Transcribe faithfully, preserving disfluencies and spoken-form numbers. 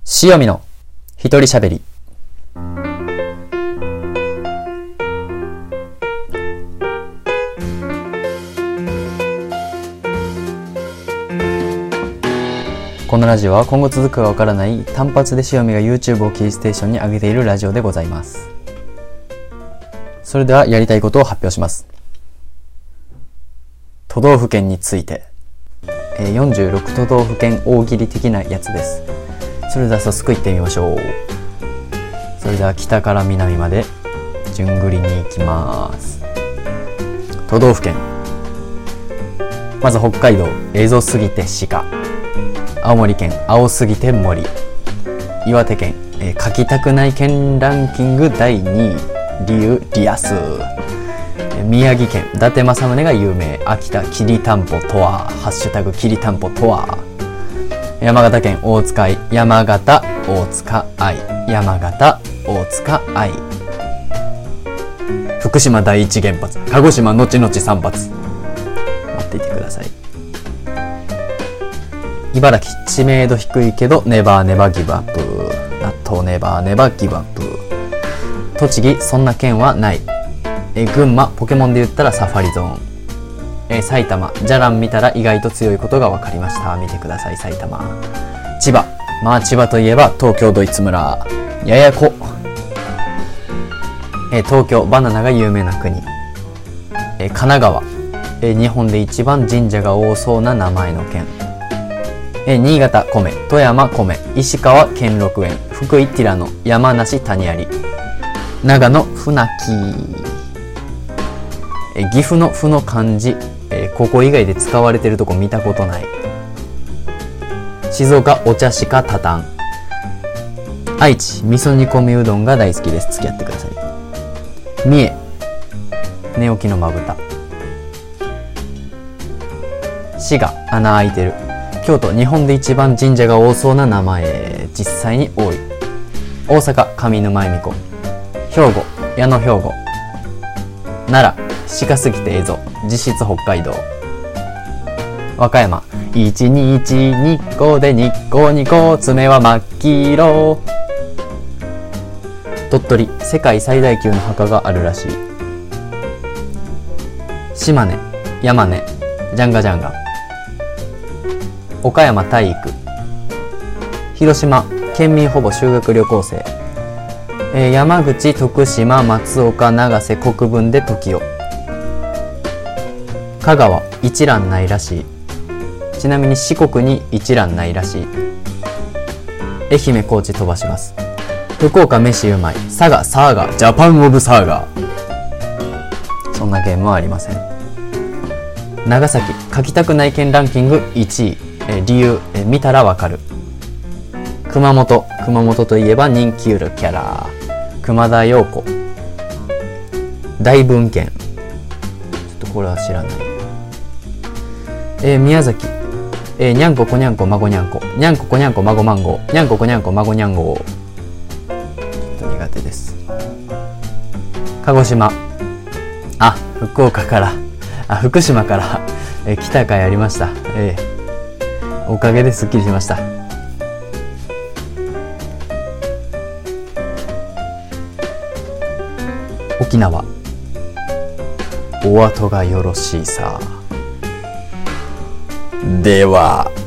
塩見の一人喋り。このラジオは今後続くかわからない単発で塩見が YouTube をキーステーションに上げているラジオでございます。それではやりたいことを発表します。都道府県について、えー、よんじゅうろく都道府県大喜利的なやつです。それでは早速いってみましょう。それでは北から南まで順繰りに行きます。都道府県、まず北海道、映像すぎて鹿。青森県、青すぎて森。岩手県、えー、書きたくない県ランキングだいにい、理由リアス。宮城県、伊達政宗が有名。秋田きりたんぽとは、ハッシュタグきりたんぽとは。山形県大塚愛、山形大塚愛、山形大塚愛。福島第一原発、鹿児島後々さん発。待っていてください。茨城、知名度低いけどネバーネバーギブアップ。納豆ネバーネバーギブアップ。栃木、そんな県はない。え群馬、ポケモンで言ったらサファリゾーン。え埼玉、じゃらん見たら意外と強いことが分かりました。見てください、埼玉。千葉、まあ千葉といえば東京ドイツ村。ややこ。え東京、バナナが有名な国。え神奈川、え日本で一番神社が多そうな名前の県。え新潟、米。富山、米。石川、兼六園。福井、ティラノ。山梨、谷有。長野、船木。え岐阜の府の漢字、えここ以外で使われてるとこ見たことない。静岡、お茶しかたたん。愛知、味噌煮込みうどんが大好きです。付き合ってください。三重、寝起きのまぶた。滋賀、穴開いてる。京都、日本で一番神社が多そうな名前。実際に多い。大阪、上沼恵美子。兵庫、矢野兵庫。奈良、鹿すぎて映像、実質北海道。和歌山、一日日光で日光にこ爪は真っ黄色。鳥取、世界最大級の墓があるらしい。島根、山根、ジャンガジャンガ。岡山、体育。広島、県民ほぼ修学旅行生。えー、山口、徳島、松岡、長瀬、国分で時を。香川、一覧ないらしい。ちなみに四国に一覧ないらしい。愛媛、高知飛ばします。福岡、飯うまい。佐賀、サーガー、ジャパンオブサーガー。そんなゲームはありません。長崎、書きたくない県ランキングいちい。え理由、え見たらわかる。熊本、熊本といえば人気うるキャラ。熊田曜子。大文献、ちょっとこれは知らない。えー、宮崎、えー、にゃんここにゃんこ孫にゃんこ、にゃんここにゃんこ孫マンゴー、にゃんここにゃんこ孫にゃんごー。ちょっと苦手です。鹿児島、あ、福岡から、あ、福島から、えー、来た回ありました。えー、おかげですっきりしました。沖縄、お後がよろしいさ。では。